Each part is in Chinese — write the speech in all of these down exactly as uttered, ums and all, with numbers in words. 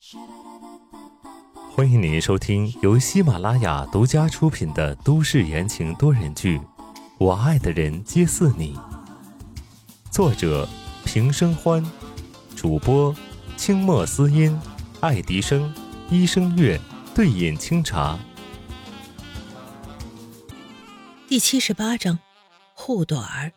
欢迎您收听由喜马拉雅独家出品的都市言情多人剧《我爱的人皆似你》，作者平生欢，主播清墨思音、爱迪生、医生月、对饮清茶。 第七十八章护短儿。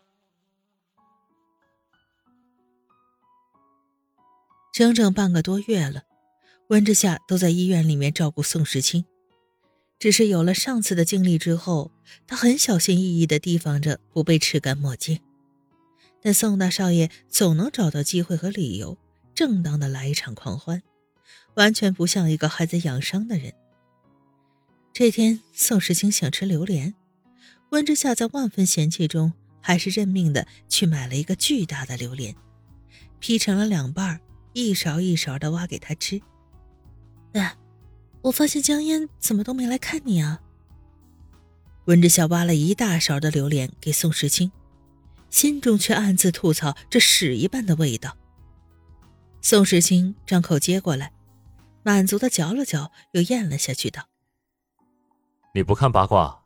整整半个多月了，温之夏都在医院里面照顾宋时清。只是有了上次的经历之后，他很小心翼翼地提防着不被吃干抹净。但宋大少爷总能找到机会和理由，正当的来一场狂欢，完全不像一个还在养伤的人。这天，宋时清想吃榴莲，温之夏在万分嫌弃中，还是认命的去买了一个巨大的榴莲，劈成了两半，一勺一勺的挖给他吃。哎，我发现江烟怎么都没来看你啊？温之夏挖了一大勺的榴莲给宋时清，心中却暗自吐槽这屎一般的味道。宋时清张口接过来，满足的嚼了嚼，又咽了下去道： 你不看八卦？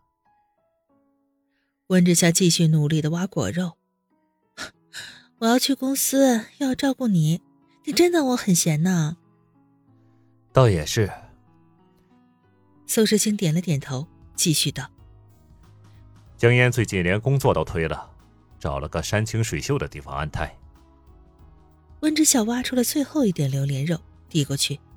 温之夏继续努力的挖果肉。我要去公司，要照顾你，你真当我很闲呐？ 倒也是。 宋时清点了点头，继续道： 江烟最近连工作都推了，找了个山清水秀的地方安胎。 温之夏挖出了最后一点榴莲肉，递过去。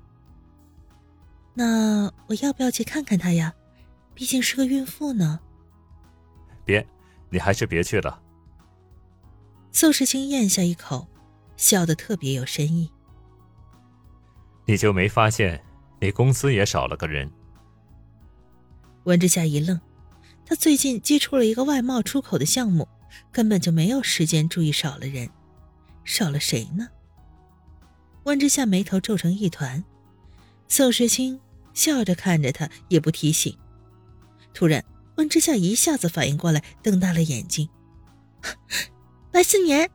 那我要不要去看看她呀？毕竟是个孕妇呢。 别，你还是别去了。 宋时清咽下一口，笑得特别有深意。 你就没发现你公司也少了个人？ 温之夏一愣，他最近接触了一个外贸出口的项目，根本就没有时间注意少了人。少了谁呢？温之夏眉头皱成一团，宋时清笑着看着他，也不提醒。突然温之夏一下子反应过来，瞪大了眼睛。白思年！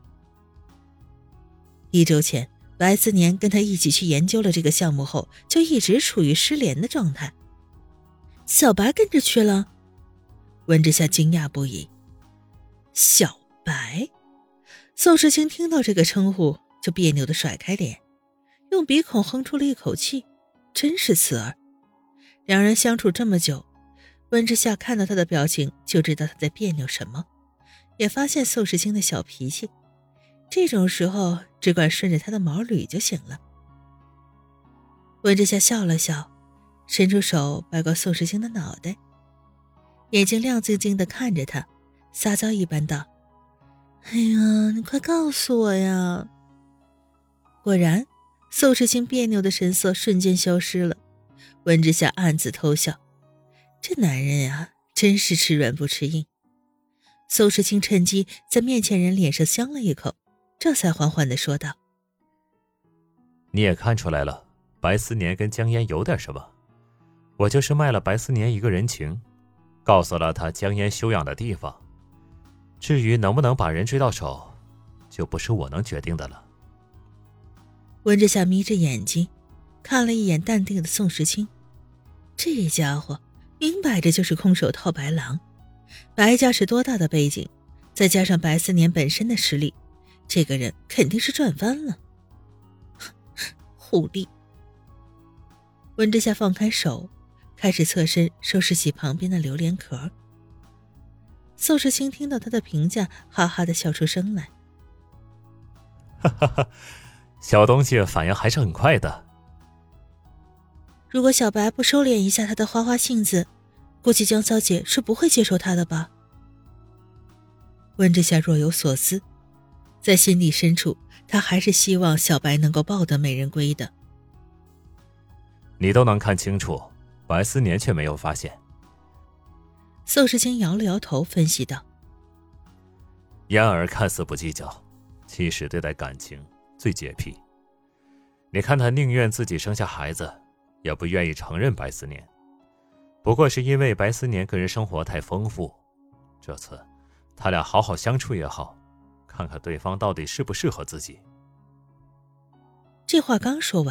一周前白思年跟他一起去研究了这个项目后，就一直处于失联的状态。小白跟着去了？温之夏惊讶不已。小白？宋时清听到这个称呼就别扭地甩开脸，用鼻孔哼出了一口气，真是刺耳。两人相处这么久，温之夏看到他的表情就知道他在别扭什么，也发现宋时清的小脾气，这种时候只管顺着他的毛捋就行了。温之夏笑了笑，伸出手掰过宋时清的脑袋，眼睛亮晶晶地看着他，撒娇一般道：哎呀，你快告诉我呀！果然，宋时清别扭的神色瞬间消失了。温之夏暗自偷笑，这男人呀，真是吃软不吃硬。宋时清趁机在面前人脸上香了一口，这才缓缓地说道： 你也看出来了，白思年跟江烟有点什么，我就是卖了白思年一个人情，告诉了他江烟休养的地方，至于能不能把人追到手，就不是我能决定的了。 温之夏眯着眼睛看了一眼淡定的宋时清，这家伙明摆着就是空手套白狼。白家是多大的背景，再加上白思年本身的实力，这个人肯定是赚翻了。狐狸！温之夏放开手，开始侧身收拾起旁边的榴莲壳。宋时清听到他的评价，哈哈地笑出声来。 哈哈哈，小东西反应还是很快的。 如果小白不收敛一下他的花花性子，估计江小姐是不会接受他的吧。温之夏若有所思，在心底深处，他还是希望小白能够抱得美人归的。 你都能看清楚，白思年却没有发现。 宋时清摇了摇头，分析道： 嫣儿看似不计较，其实对待感情最洁癖。你看他宁愿自己生下孩子，也不愿意承认白思年，不过是因为白思年个人生活太丰富。这次他俩好好相处也好，看看对方到底适不适合自己。 这话刚说完，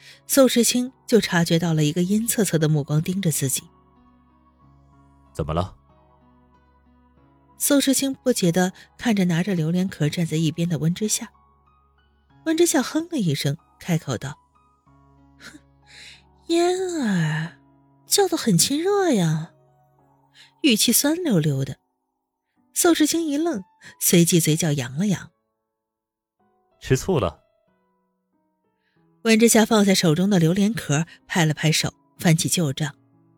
宋时清就察觉到了一个阴恻恻的目光盯着自己。 怎么了？ 宋时清不解地看着拿着榴莲壳站在一边的温之夏。温之夏哼了一声，开口道：哼，嫣儿叫得很亲热呀，语气酸溜溜的。宋时清一愣，随即嘴角扬了扬。 吃醋了？ 温之夏放下手中的榴莲壳，拍了拍手，翻起旧账。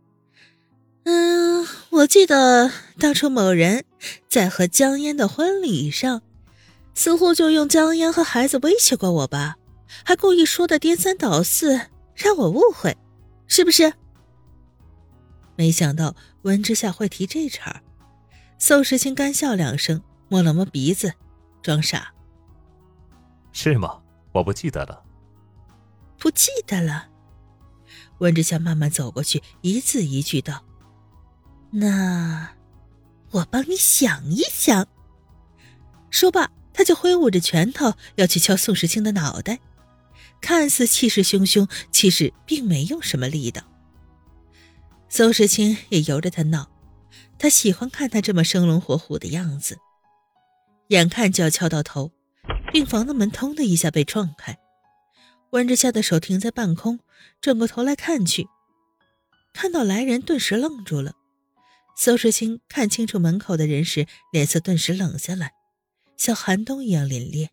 嗯，我记得当初某人在和江烟的婚礼上，似乎就用江烟和孩子威胁过我吧，还故意说的颠三倒四，让我误会，是不是？没想到温之夏会提这茬儿，宋时清干笑两声，摸了摸鼻子，装傻。 是吗？我不记得了。 不记得了？温之夏慢慢走过去，一字一句道：那我帮你想一想。说罢，他就挥舞着拳头要去敲宋时清的脑袋，看似气势汹汹，其实并没有什么力道。宋时清也由着他闹，他喜欢看他这么生龙活虎的样子。眼看就要敲到头，病房的门通的一下被撞开，温之夏的手停在半空，转过头来看去，看到来人顿时愣住了。宋时清看清楚门口的人时，脸色顿时冷下来，像寒冬一样凛冽。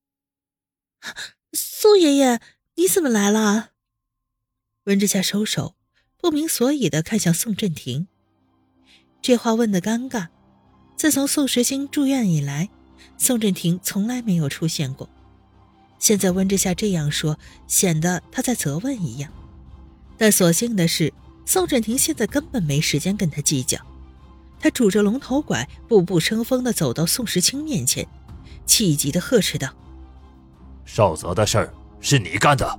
宋爷爷，你怎么来了？温之夏收手，不明所以地看向宋振庭。这话问得尴尬，自从宋时清住院以来，宋振庭从来没有出现过。现在温之夏这样说，显得他在责问一样。但所幸的是，宋振庭现在根本没时间跟他计较。他拄着龙头拐，步步生风地走到宋时清面前，气急地呵斥道： 少泽的事儿是你干的。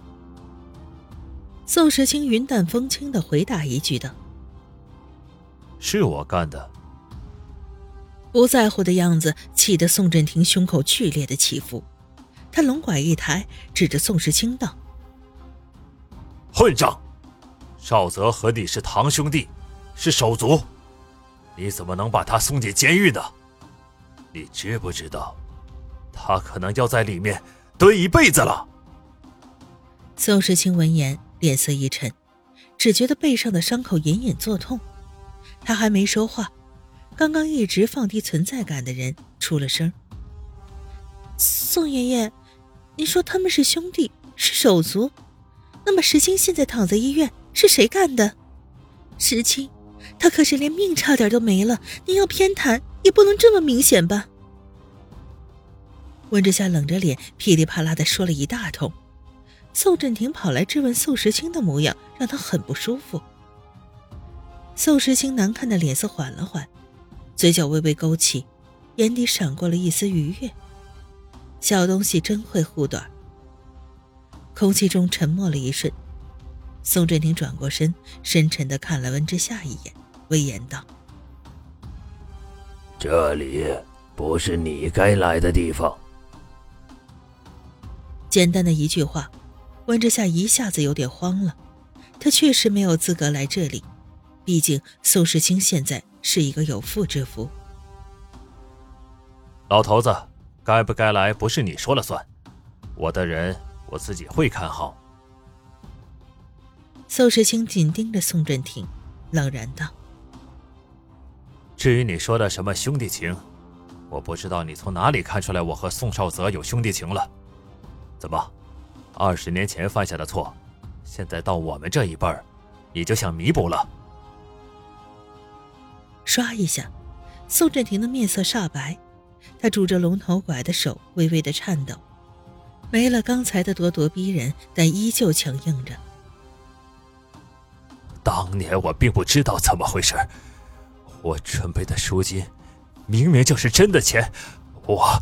宋时清云淡风轻地回答一句道： 是我干的。 不在乎的样子气得宋振庭胸口剧烈的起伏。他龙拐一抬，指着宋时清道： 混账！少泽和你是堂兄弟，是手足，你怎么能把他送进监狱呢？你知不知道他可能要在里面蹲一辈子了？ 宋时清闻言脸色一沉，只觉得背上的伤口隐隐作痛。他还没说话，刚刚一直放低存在感的人出了声：宋爷爷，你说他们是兄弟，是手足，那么石青现在躺在医院，是谁干的？石青，他可是连命差点都没了，您要偏袒也不能这么明显吧？温之夏冷着脸噼里啪啦地说了一大通。宋振庭跑来质问宋时清的模样让他很不舒服。宋时清难看的脸色缓了缓，嘴角微微勾起，眼底闪过了一丝愉悦。小东西真会护短。空气中沉默了一瞬，宋振庭转过身，深沉地看了温之夏一眼，威严道： 这里不是你该来的地方。 简单的一句话，温之夏一下子有点慌了。他确实没有资格来这里，毕竟宋时清现在是一个有妇之夫。 老头子，该不该来不是你说了算，我的人我自己会看好。 宋时清紧盯着宋振庭，冷然道： 至于你说的什么兄弟情，我不知道你从哪里看出来我和宋少泽有兄弟情了。怎么，二十年前犯下的错，现在到我们这一辈儿，你就想弥补了？ 唰一下，宋振庭的面色煞白，他拄着龙头拐的手微微的颤抖，没了刚才的咄咄逼人，但依旧强硬着。 当年我并不知道怎么回事，我准备的赎金明明就是真的钱，我……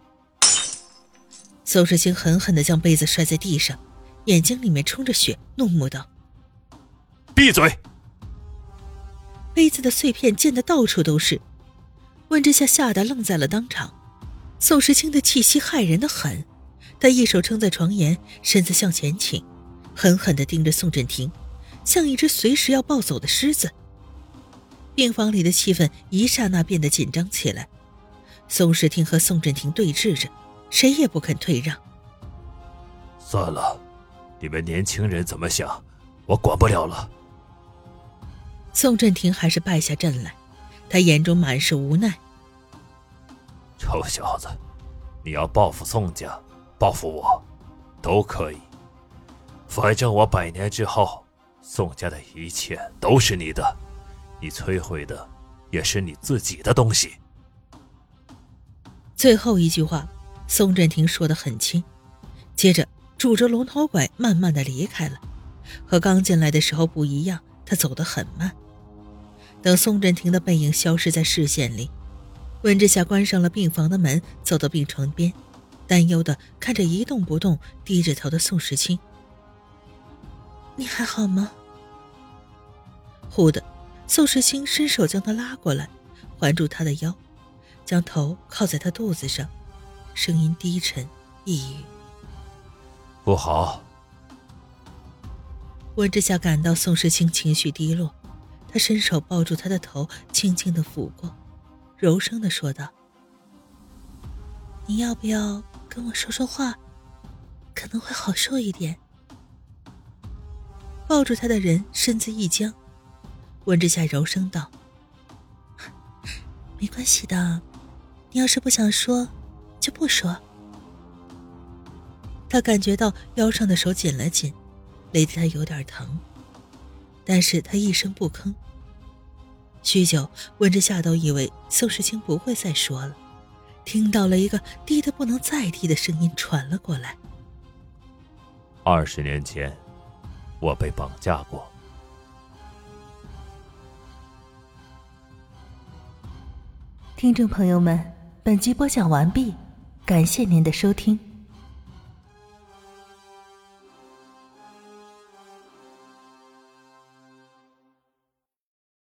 宋时清狠狠地将杯子摔在地上，眼睛里面充着血，怒目道： 闭嘴！ 杯子的碎片溅得到处都是。温之夏吓得愣在了当场。宋时清的气息骇人的很，他一手撑在床沿，身子向前倾， 狠狠地盯着宋振廷，像一只随时要暴走的狮子。病房里的气氛一刹那变得紧张起来，宋时听和宋振廷对峙着，谁也不肯退让。 算了，你们年轻人怎么想，我管不了了。 宋振廷还是败下阵来，他眼中满是无奈。 臭小子，你要报复宋家，报复我，都可以。反正我百年之后，宋家的一切都是你的，你摧毁的也是你自己的东西。 最后一句话，宋振廷说得很轻，接着拄着龙头拐慢慢地离开了。和刚进来的时候不一样，他走得很慢。等宋振廷的背影消失在视线里，温之夏关上了病房的门，走到病床边，担忧地看着一动不动低着头的宋时清。你还好吗？忽的，宋时清伸手将他拉过来，环住他的腰，将头靠在他肚子上，声音低沉抑郁。 不好。 温之夏感到宋时清情绪低落，他伸手抱住他的头，轻轻地抚过，柔声地说道：你要不要跟我说说话，可能会好受一点。抱住他的人身子一僵，温之夏柔声道：没关系的，你要是不想说就不说。他感觉到腰上的手紧了紧，勒得他有点疼，但是他一声不吭。许久，温之夏都以为宋时清不会再说了，听到了一个低得不能再低的声音传了过来： 二十年前我被绑架过。 听众朋友们，本集播讲完毕，感谢您的收听。